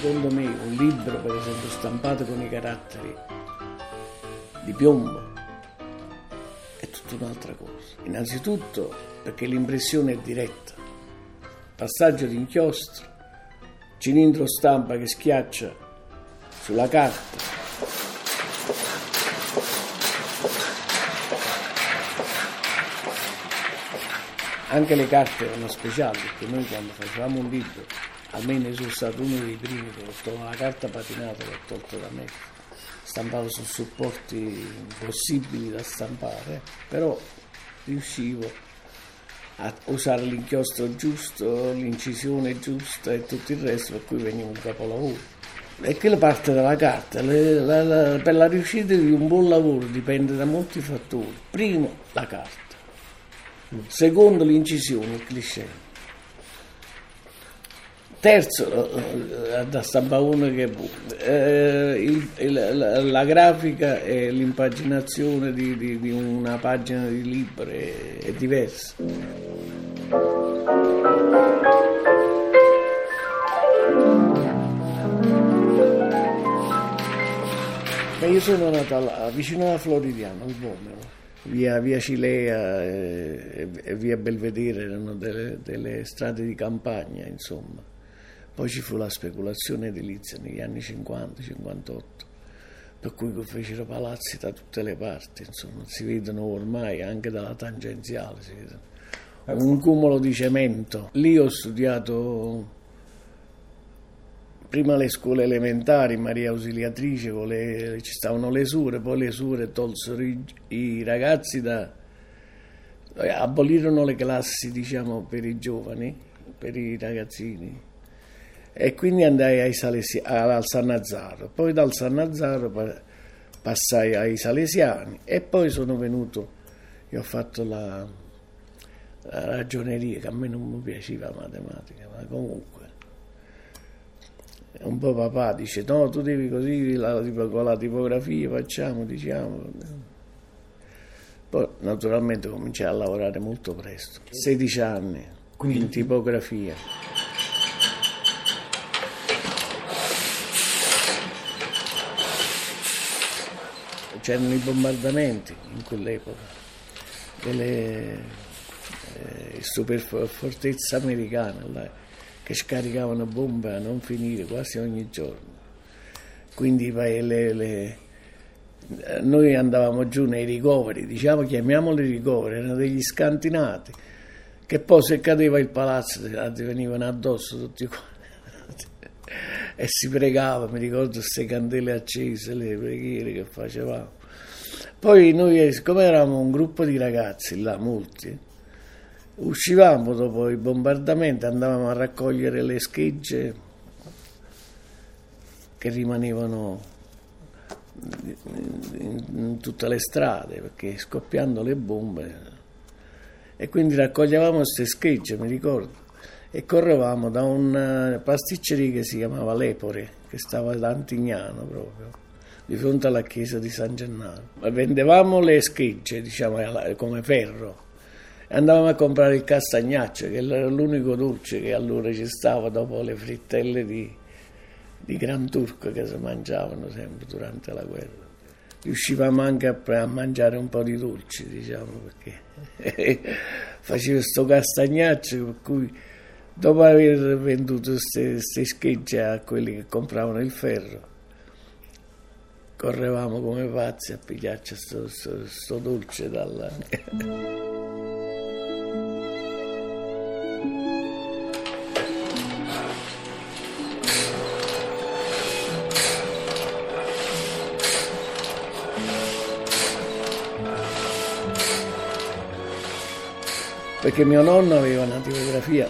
secondo me un libro, per esempio, stampato con i caratteri di piombo è tutta un'altra cosa. Innanzitutto perché l'impressione è diretta, passaggio di inchiostro, cilindro stampa che schiaccia sulla carta. Anche le carte erano speciali, perché noi quando facevamo un libro, almeno io sono stato uno dei primi che ho tolto la carta patinata, l'ho tolto da me, stampavo su supporti impossibili da stampare, però riuscivo a usare l'inchiostro giusto, l'incisione giusta e tutto il resto, per cui veniva un capolavoro. E che la parte della carta, per la riuscita di un buon lavoro dipende da molti fattori. Primo, la carta. Secondo, l'incisione, il cliché. Terzo, da stampare uno che è buono. La grafica e l'impaginazione di una pagina di libro è diversa. Io sono nato vicino alla Floridiana, al Vomero. Via Cilea e via Belvedere erano delle strade di campagna, insomma. Poi ci fu la speculazione edilizia negli anni 50-58, per cui fecero palazzi da tutte le parti, insomma, si vedono ormai anche dalla tangenziale, si vedono. Un cumulo di cemento. Lì ho studiato prima le scuole elementari, Maria Ausiliatrice, ci stavano le sure, poi le sure tolsero i ragazzi abolirono le classi, diciamo, per i giovani, per i ragazzini, e quindi andai al San Nazzaro, poi dal San Nazzaro passai ai Salesiani e poi sono venuto, io ho fatto la ragioneria, che a me non mi piaceva la matematica, ma comunque un po' papà dice no, tu devi così, con la tipografia facciamo, diciamo. Poi naturalmente cominciai a lavorare molto presto, 16 anni, quindi in tipografia. C'erano i bombardamenti in quell'epoca, delle superfortezze americane là, che scaricavano bombe a non finire quasi ogni giorno. Quindi noi andavamo giù nei ricoveri, diciamo, chiamiamoli ricoveri, erano degli scantinati, che poi se cadeva il palazzo venivano addosso tutti quanti. E si pregava, mi ricordo queste candele accese, le preghiere che facevamo. Poi noi, siccome eravamo un gruppo di ragazzi là, molti, uscivamo dopo i bombardamenti, andavamo a raccogliere le schegge che rimanevano in tutte le strade, perché scoppiando le bombe, e quindi raccoglievamo queste schegge, mi ricordo, e correvamo da una pasticceria che si chiamava Lepore, che stava ad Antignano proprio, di fronte alla chiesa di San Gennaro. Vendevamo le schegge, diciamo, come ferro, e andavamo a comprare il castagnaccio, che era l'unico dolce che allora ci stava dopo le frittelle di Gran Turco che si mangiavano sempre durante la guerra. Riuscivamo anche a mangiare un po' di dolci, diciamo, perché facevo sto castagnaccio, per cui dopo aver venduto queste schegge a quelli che compravano il ferro, correvamo come pazzi a pigliarci sto dolce dalla... Perché mio nonno aveva una tipografia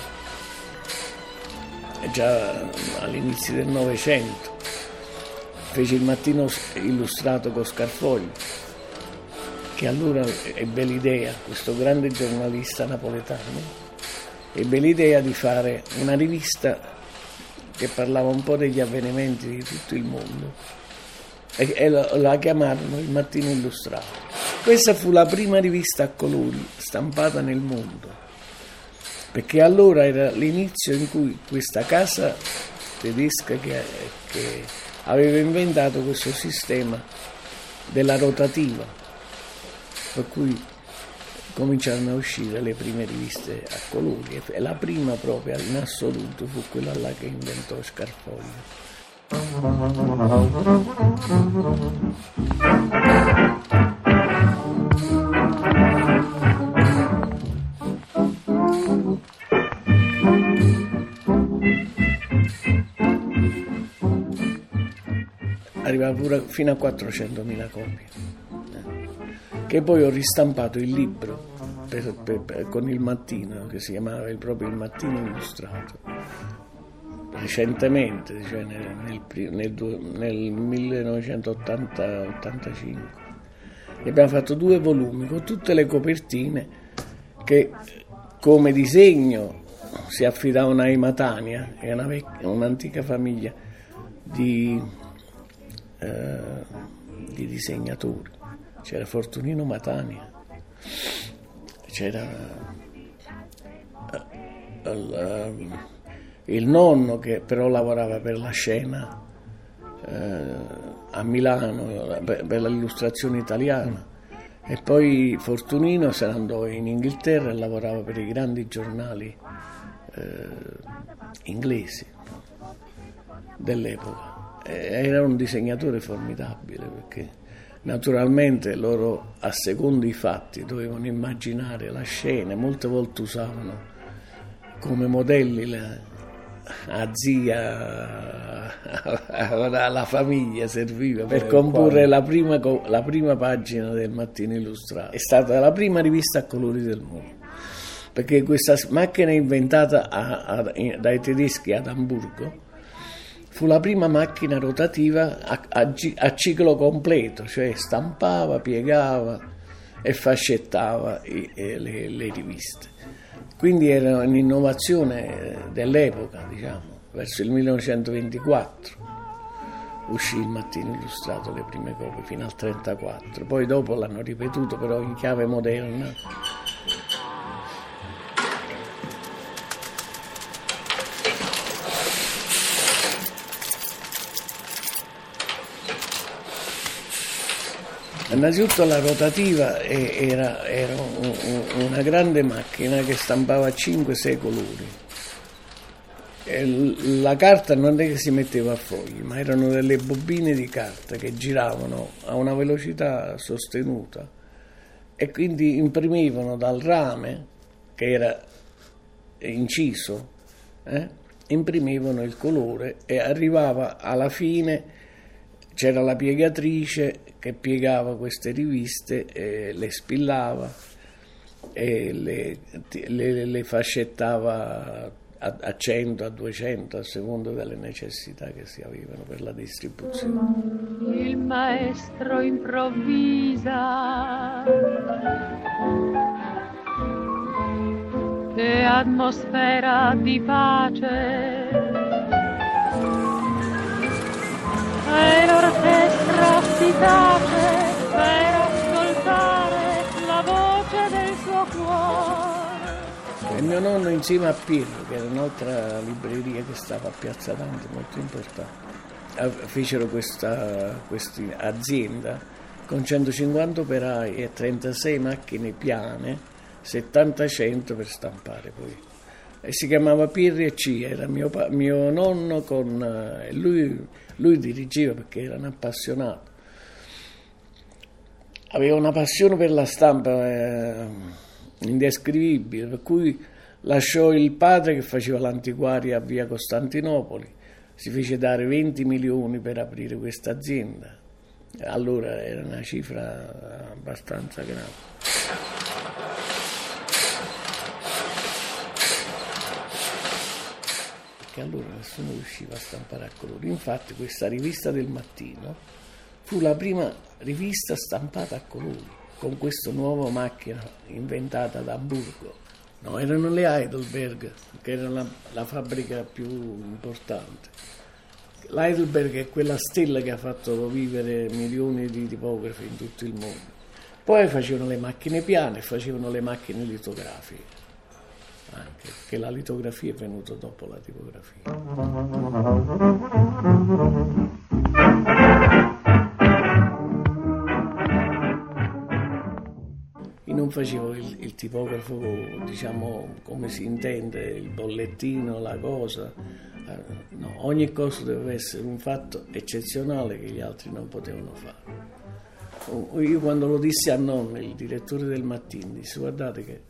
già all'inizio del Novecento, fece il Mattino Illustrato con Scarfoglio, che allora ebbe l'idea, questo grande giornalista napoletano, ebbe l'idea di fare una rivista che parlava un po' degli avvenimenti di tutto il mondo e la chiamarono il Mattino Illustrato. Questa fu la prima rivista a colori stampata nel mondo, perché allora era l'inizio in cui questa casa tedesca che aveva inventato questo sistema della rotativa, per cui cominciarono a uscire le prime riviste a colori e la prima proprio in assoluto fu quella là che inventò Scarfoglio. Arrivava pure fino a 400.000 copie. Che poi ho ristampato il libro con il Mattino, che si chiamava proprio Il Mattino Illustrato, recentemente, cioè nel 1980-85. E abbiamo fatto 2 volumi con tutte le copertine che come disegno si affidavano ai Matania, che è un'antica famiglia di disegnatori. C'era Fortunino Matania, c'era il nonno che però lavorava per la Scena a Milano per l'illustrazione italiana, e poi Fortunino se ne andò in Inghilterra e lavorava per i grandi giornali inglesi dell'epoca. Era un disegnatore formidabile, perché naturalmente loro, a secondo i fatti, dovevano immaginare la scena. Molte volte usavano come modelli la zia, la famiglia serviva per comporre la prima pagina del Mattino Illustrato. È stata la prima rivista a colori del mondo, perché questa macchina inventata dai tedeschi ad Amburgo fu la prima macchina rotativa a ciclo completo, cioè stampava, piegava e fascettava le riviste. Quindi era un'innovazione dell'epoca, diciamo. Verso il 1924 uscì il Mattino Illustrato, le prime copie, fino al 1934. Poi dopo l'hanno ripetuto, però in chiave moderna. Innanzitutto la rotativa era una grande macchina che stampava 5-6 colori. La carta non è che si metteva a fogli, ma erano delle bobine di carta che giravano a una velocità sostenuta e quindi imprimevano dal rame, che era inciso, imprimevano il colore e arrivava alla fine. C'era la piegatrice che piegava queste riviste, le spillava e le fascettava a 100, a 200, a seconda delle necessità che si avevano per la distribuzione. Il maestro improvvisa e atmosfera di pace. E l'orchestra si tace per ascoltare la voce del suo cuore. E mio nonno insieme a Pirro, che era un'altra libreria che stava a Piazza Dante, molto importante, fecero questa azienda con 150 operai e 36 macchine piane, 70-100 per stampare poi. E si chiamava Pirri e C, era mio nonno con lui dirigeva perché era un appassionato, aveva una passione per la stampa indescrivibile, per cui lasciò il padre che faceva l'antiquaria a via Costantinopoli, si fece dare 20 milioni per aprire questa azienda, allora era una cifra abbastanza grande. Che allora nessuno riusciva a stampare a colori. Infatti questa rivista del Mattino fu la prima rivista stampata a colori, con questa nuova macchina inventata ad Amburgo. No, erano le Heidelberg, che era la fabbrica più importante. L'Heidelberg è quella stella che ha fatto vivere milioni di tipografi in tutto il mondo. Poi facevano le macchine piane e facevano le macchine litografiche. anche, che la litografia è venuta dopo la tipografia. Io non facevo il tipografo, diciamo, come si intende, il bollettino, la cosa. No, ogni cosa deve essere un fatto eccezionale che gli altri non potevano fare. Io quando lo dissi a nonno, il direttore del Mattino, disse: guardate che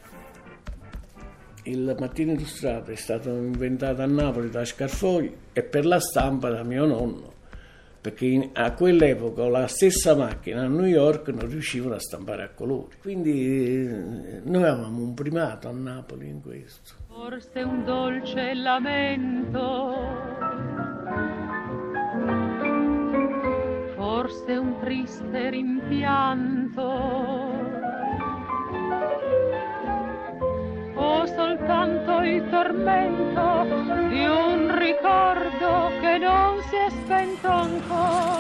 il Mattino Illustrato è stato inventato a Napoli da Scarfogli e per la stampa da mio nonno, perché a quell'epoca la stessa macchina a New York non riuscivano a stampare a colori. Quindi noi avevamo un primato a Napoli in questo. Forse un dolce lamento, forse un triste rimpianto, o soltanto il tormento di un ricordo che non si è spento ancora.